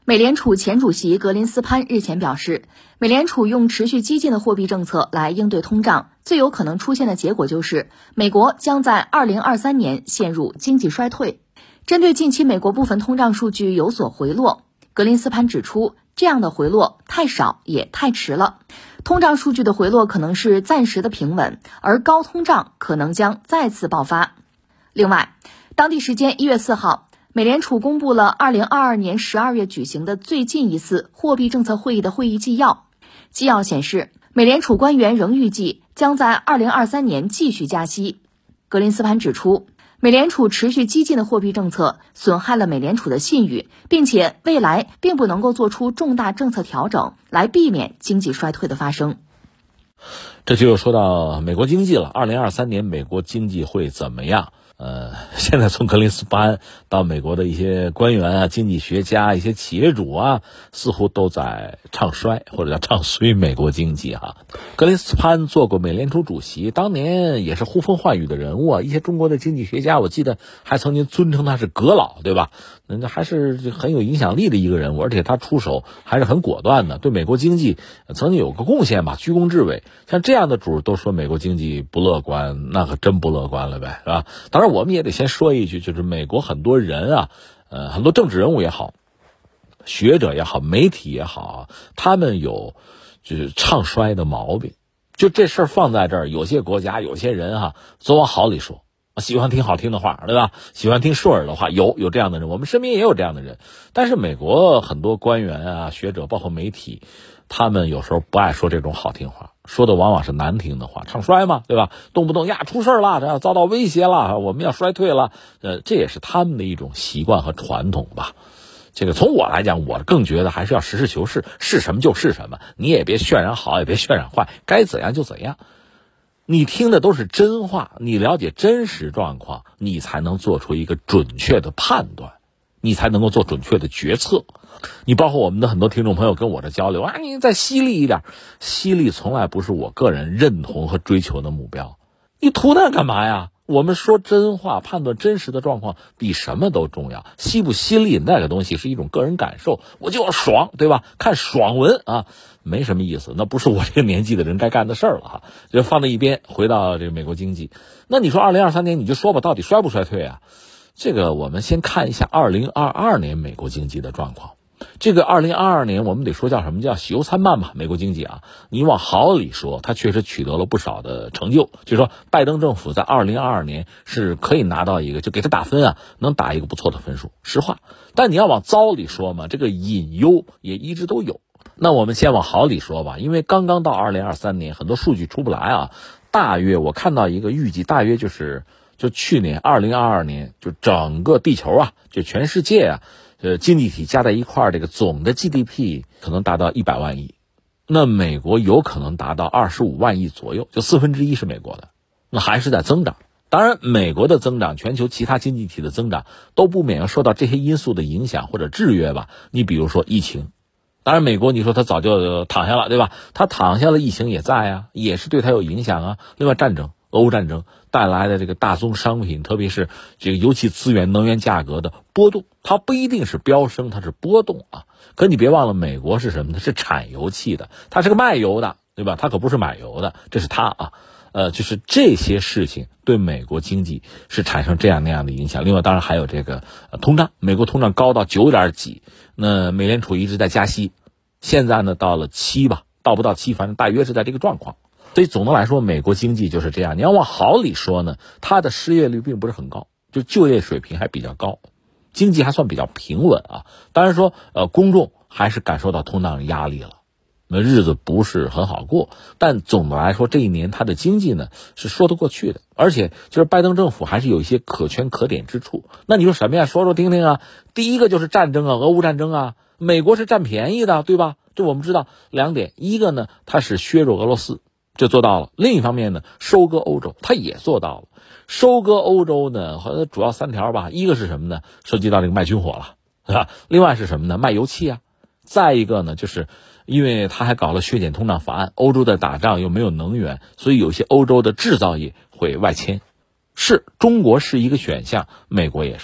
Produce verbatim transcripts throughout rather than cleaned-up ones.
美联储前主席格林斯潘日前表示，美联储用持续激进的货币政策来应对通胀，最有可能出现的结果就是美国将在二零二三年陷入经济衰退。针对近期美国部分通胀数据有所回落，格林斯潘指出，这样的回落太少也太迟了。通胀数据的回落可能是暂时的平稳，而高通胀可能将再次爆发。另外，当地时间一月四号，美联储公布了二零二二年十二月举行的最近一次货币政策会议的会议纪要。纪要显示，美联储官员仍预计将在二零二三年继续加息。格林斯潘指出，美联储持续激进的货币政策损害了美联储的信誉，并且未来并不能够做出重大政策调整来避免经济衰退的发生。 这就说到美国经济了，二零二三年美国经济会怎么样？呃，现在从格林斯潘到美国的一些官员啊、经济学家、一些企业主啊，似乎都在唱衰或者叫唱衰美国经济哈、啊。格林斯潘做过美联储主席，当年也是呼风唤雨的人物啊。一些中国的经济学家，我记得还曾经尊称他是阁老，对吧？那还是很有影响力的一个人物，而且他出手还是很果断的，对美国经济曾经有个贡献吧，居功至伟。像这样的主都说美国经济不乐观，那可真不乐观了呗，是吧？当然我们也得先说一句，就是美国很多人啊，呃，很多政治人物也好，学者也好，媒体也好，他们有就是唱衰的毛病。就这事儿放在这儿，有些国家有些人哈，总往好里说，喜欢听好听的话，对吧？喜欢听顺耳的话，有有这样的人，我们身边也有这样的人。但是美国很多官员啊、学者，包括媒体，他们有时候不爱说这种好听话，说的往往是难听的话，唱衰嘛，对吧？动不动呀出事了，这要遭到威胁了，我们要衰退了，呃，这也是他们的一种习惯和传统吧。这个从我来讲，我更觉得还是要实事求是，是什么就是什么，你也别渲染好，也别渲染坏，该怎样就怎样。你听的都是真话，你了解真实状况，你才能做出一个准确的判断，你才能够做准确的决策。你包括我们的很多听众朋友跟我这交流啊，你再犀利一点，犀利从来不是我个人认同和追求的目标。你图那干嘛呀？我们说真话，判断真实的状况比什么都重要。犀不犀利那个东西是一种个人感受，我就要爽，对吧？看爽文啊，没什么意思，那不是我这个年纪的人该干的事儿了哈。就放在一边，回到这个美国经济。那你说二零二三年你就说吧，到底衰不衰退啊？这个我们先看一下二零二二年美国经济的状况。这个二零二二年我们得说叫什么，叫喜忧参半吧。美国经济啊，你往好里说，它确实取得了不少的成就，就是说拜登政府在二零二二年是可以拿到一个，就给他打分啊，能打一个不错的分数，实话。但你要往糟里说嘛，这个隐忧也一直都有。那我们先往好里说吧，因为刚刚到二零二三年，很多数据出不来啊。大约我看到一个预计，大约就是就去年二零二二年，就整个地球啊，就全世界啊。呃，经济体加在一块儿，这个总的 G D P 可能达到一百万亿，那美国有可能达到二十五万亿左右，就四分之一是美国的，那还是在增长。当然，美国的增长，全球其他经济体的增长都不免要受到这些因素的影响或者制约吧。你比如说疫情，当然美国你说它早就躺下了，对吧？它躺下了，疫情也在啊，也是对它有影响啊。另外，战争。俄乌战争带来的这个大宗商品，特别是这个油气资源、能源价格的波动，它不一定是飙升，它是波动啊。可你别忘了，美国是什么呢？是产油气的，它是个卖油的，对吧？它可不是买油的，这是它啊。呃，就是这些事情对美国经济是产生这样那样的影响。另外，当然还有这个、呃、通胀，美国通胀高到九点几，那美联储一直在加息，现在呢到了七吧，到不到七，反正大约是在这个状况。所以总的来说，美国经济就是这样。你要往好里说呢，它的失业率并不是很高，就就业水平还比较高，经济还算比较平稳啊。当然说，呃，公众还是感受到通胀压力了，那日子不是很好过。但总的来说，这一年它的经济呢是说得过去的，而且就是拜登政府还是有一些可圈可点之处。那你说什么呀？说说听听啊。第一个就是战争啊，俄乌战争啊，美国是占便宜的，对吧？这我们知道两点，一个呢，它是削弱俄罗斯。就做到了。另一方面呢，收割欧洲，它也做到了。收割欧洲呢，好像主要三条吧，一个是什么呢？涉及到这个卖军火了，是吧？另外是什么呢？卖油气啊。再一个呢，就是因为他还搞了削减通胀法案，欧洲在打仗又没有能源，所以有些欧洲的制造业会外迁。是中国是一个选项，美国也是。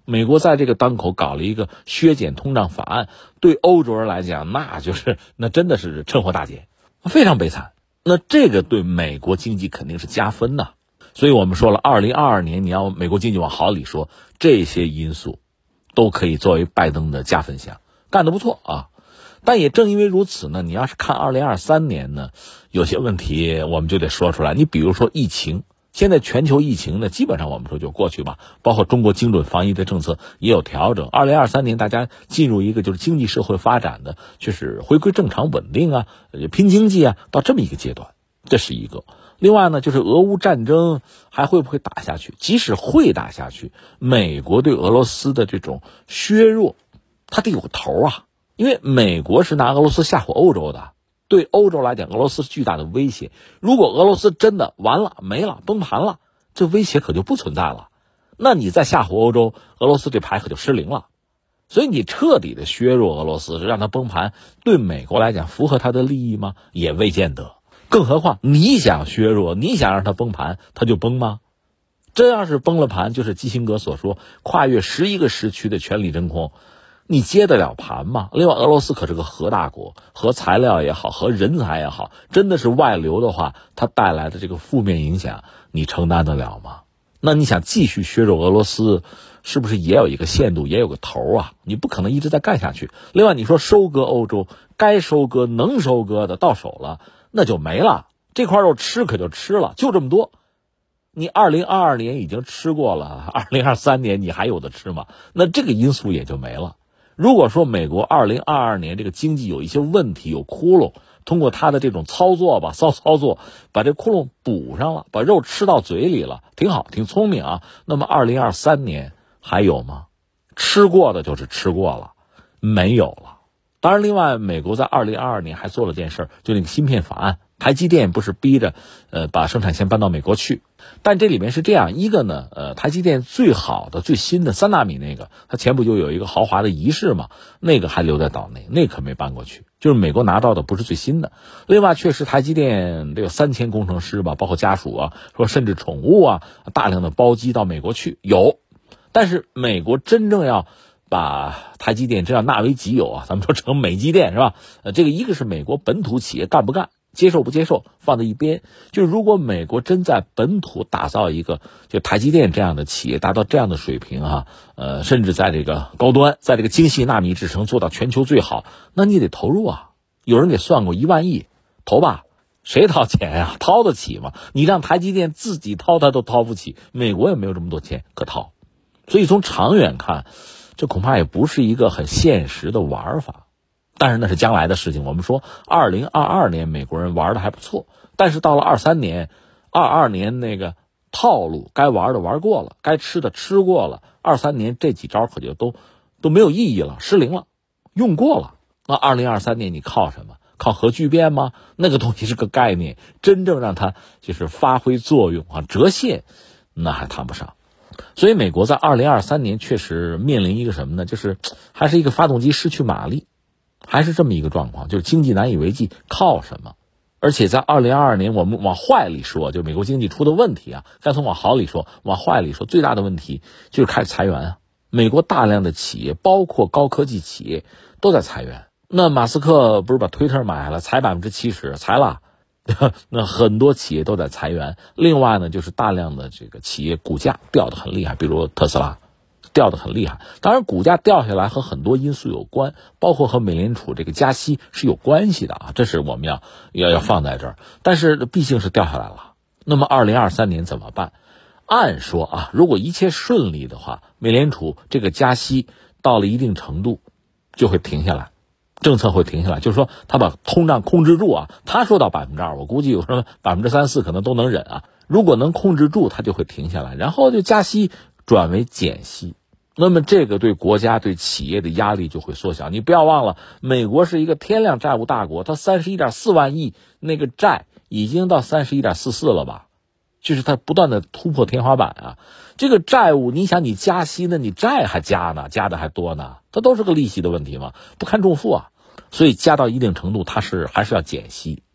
美国在这个当口搞了一个削减通胀法案，对欧洲人来讲，那就是那真的是趁火打劫，非常悲惨。那这个对美国经济肯定是加分呐。所以我们说了，二零二二年你要美国经济往好里说，这些因素都可以作为拜登的加分项，干得不错啊。但也正因为如此呢，你要是看二零二三年呢，有些问题我们就得说出来。你比如说疫情，现在全球疫情呢，基本上我们说就过去吧，包括中国精准防疫的政策也有调整。二零二三年大家进入一个就是经济社会发展的，就是回归正常稳定啊，拼经济啊，到这么一个阶段，这是一个。另外呢，就是俄乌战争还会不会打下去？即使会打下去，美国对俄罗斯的这种削弱，它得有个头啊。因为美国是拿俄罗斯吓唬欧洲的，对欧洲来讲，俄罗斯是巨大的威胁。如果俄罗斯真的完了、没了、崩盘了，这威胁可就不存在了。那你再吓唬欧洲，俄罗斯这牌可就失灵了。所以你彻底的削弱俄罗斯，让它崩盘，对美国来讲符合它的利益吗？也未见得。更何况你想削弱，你想让它崩盘，它就崩吗？真要是崩了盘，就是基辛格所说，跨越十一个时区的权力真空，你接得了盘吗？另外，俄罗斯可是个核大国，核材料也好，核人才也好，真的是外流的话，它带来的这个负面影响，你承担得了吗？那你想继续削弱俄罗斯，是不是也有一个限度，也有个头啊？你不可能一直在干下去。另外，你说收割欧洲，该收割能收割的到手了，那就没了。这块肉吃可就吃了，就这么多。你二零二二年已经吃过了，二零二三年你还有的吃吗？那这个因素也就没了。如果说美国二零二二年这个经济有一些问题，有窟窿，通过他的这种操作吧，骚操作，把这窟窿补上了，把肉吃到嘴里了，挺好，挺聪明啊。那么二零二三年还有吗？吃过的就是吃过了，没有了。当然，另外美国在二零二二年还做了件事，就那个芯片法案，台积电不是逼着呃把生产线搬到美国去，但这里面是这样一个呢，呃，台积电最好的最新的三纳米那个，它前不久有一个豪华的仪式嘛，那个还留在岛内，那可没搬过去，就是美国拿到的不是最新的。另外，确实台积电这个三千工程师吧，包括家属啊，说甚至宠物啊，大量的包机到美国去有，但是美国真正要把台积电真要纳为己有啊，咱们说成美积电是吧？呃，这个一个是美国本土企业干不干，接受不接受放在一边。就是如果美国真在本土打造一个就台积电这样的企业，达到这样的水平啊，呃，甚至在这个高端，在这个精细纳米制程做到全球最好，那你得投入啊。有人给算过一万亿，投吧，谁掏钱啊？掏得起吗？你让台积电自己掏，它都掏不起，美国也没有这么多钱可掏。所以从长远看，这恐怕也不是一个很现实的玩法，但是那是将来的事情。我们说二零二二年美国人玩的还不错，但是到了二三年、二二年那个套路该玩的玩过了，该吃的吃过了，二三年这几招可就都都没有意义了，失灵了，用过了。那二零二三年你靠什么？靠核聚变吗？那个东西是个概念，真正让它就是发挥作用啊，折现那还谈不上。所以美国在二零二三年确实面临一个什么呢？就是还是一个发动机失去马力，还是这么一个状况，就是经济难以为继，靠什么？而且在二零二二年，我们往坏里说，就美国经济出的问题啊，该从往好里说，往坏里说，最大的问题就是开始裁员啊。美国大量的企业，包括高科技企业，都在裁员。那马斯克不是把推特买了，裁百分之七十，裁了。那很多企业都在裁员。另外呢，就是大量的这个企业股价掉得很厉害，比如特斯拉掉得很厉害。当然股价掉下来和很多因素有关，包括和美联储这个加息是有关系的啊，这是我们要要要放在这儿。但是毕竟是掉下来了。那么二零二三年怎么办？按说啊，如果一切顺利的话，美联储这个加息到了一定程度就会停下来，政策会停下来，就是说他把通胀控制住啊。他说到百分之二，我估计有什么百分之三四可能都能忍啊。如果能控制住，他就会停下来，然后就加息转为减息。那么这个对国家对企业的压力就会缩小。你不要忘了，美国是一个天量债务大国，它三十一点四万亿那个债已经到三十一点四四了吧？就是它不断的突破天花板啊。这个债务，你想你加息呢，你债还加呢，加的还多呢，它都是个利息的问题嘛，不堪重负啊。所以加到一定程度，它是还是要减息。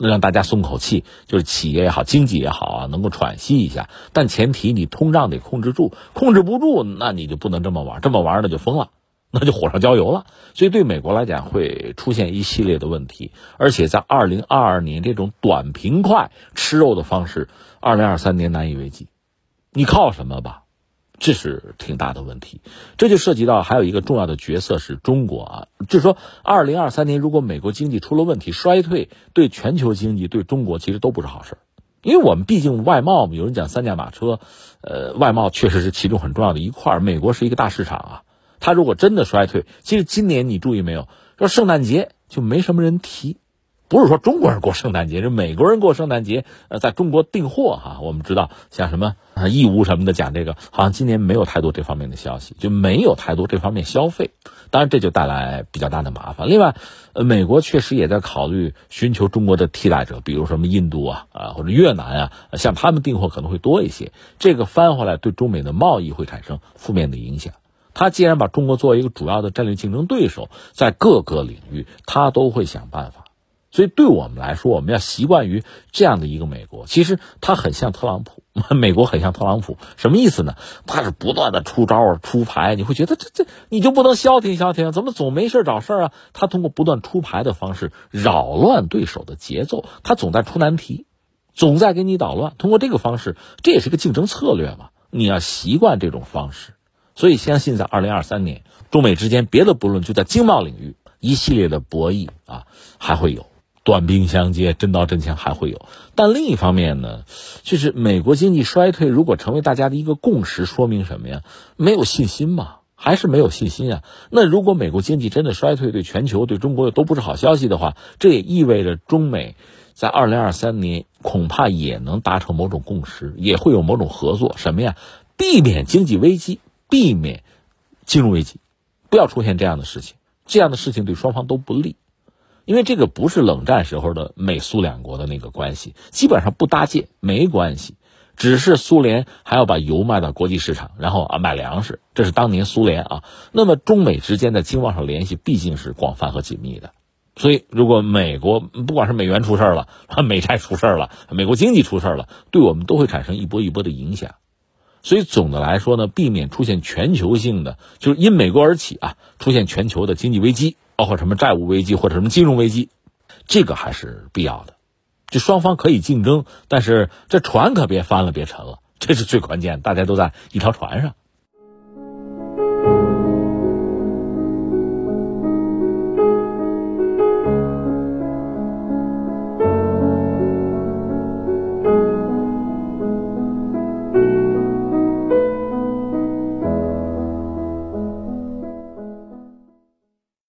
让大家松口气，就是企业也好，经济也好啊，能够喘息一下。但前提你通胀得控制住，控制不住，那你就不能这么玩，这么玩那就疯了，那就火上浇油了。所以对美国来讲会出现一系列的问题，而且在二零二二年这种短平快吃肉的方式，二零二三年难以为继。你靠什么吧？这是挺大的问题。这就涉及到还有一个重要的角色是中国啊，就是说二零二三年如果美国经济出了问题衰退，对全球经济对中国其实都不是好事。因为我们毕竟外贸，有人讲三驾马车，呃，外贸确实是其中很重要的一块，美国是一个大市场啊，它如果真的衰退，其实今年你注意没有，说圣诞节就没什么人提。不是说中国人过圣诞节，是美国人过圣诞节，呃，在中国订货哈。我们知道像什么啊义乌什么的讲这个，好像今年没有太多这方面的消息，就没有太多这方面消费。当然这就带来比较大的麻烦。另外，呃，美国确实也在考虑寻求中国的替代者，比如什么印度啊啊或者越南啊，向他们订货可能会多一些。这个翻回来对中美的贸易会产生负面的影响。他既然把中国作为一个主要的战略竞争对手，在各个领域他都会想办法。所以对我们来说，我们要习惯于这样的一个美国。其实它很像特朗普，美国很像特朗普，什么意思呢？他是不断的出招出牌，你会觉得这这你就不能消停消停，怎么总没事找事啊？他通过不断出牌的方式扰乱对手的节奏，他总在出难题，总在给你捣乱。通过这个方式，这也是个竞争策略嘛，你要习惯这种方式。所以相信在二零二三年，中美之间别的不论，就在经贸领域一系列的博弈啊还会有。短兵相接，真刀真枪还会有。但另一方面呢，就是美国经济衰退如果成为大家的一个共识，说明什么呀？没有信心嘛，还是没有信心啊。那如果美国经济真的衰退，对全球对中国都不是好消息的话，这也意味着中美在二零二三年恐怕也能达成某种共识，也会有某种合作。什么呀？避免经济危机，避免金融危机，不要出现这样的事情。这样的事情对双方都不利。因为这个不是冷战时候的美苏两国的那个关系，基本上不搭界，没关系，只是苏联还要把油卖到国际市场，然后啊买粮食，这是当年苏联啊。那么中美之间的经贸上联系毕竟是广泛和紧密的，所以如果美国不管是美元出事了，美债出事了，美国经济出事了，对我们都会产生一波一波的影响。所以总的来说呢，避免出现全球性的，就是因美国而起啊，出现全球的经济危机，包括什么债务危机或者什么金融危机，这个还是必要的。就双方可以竞争，但是这船可别翻了别沉了，这是最关键，大家都在一条船上。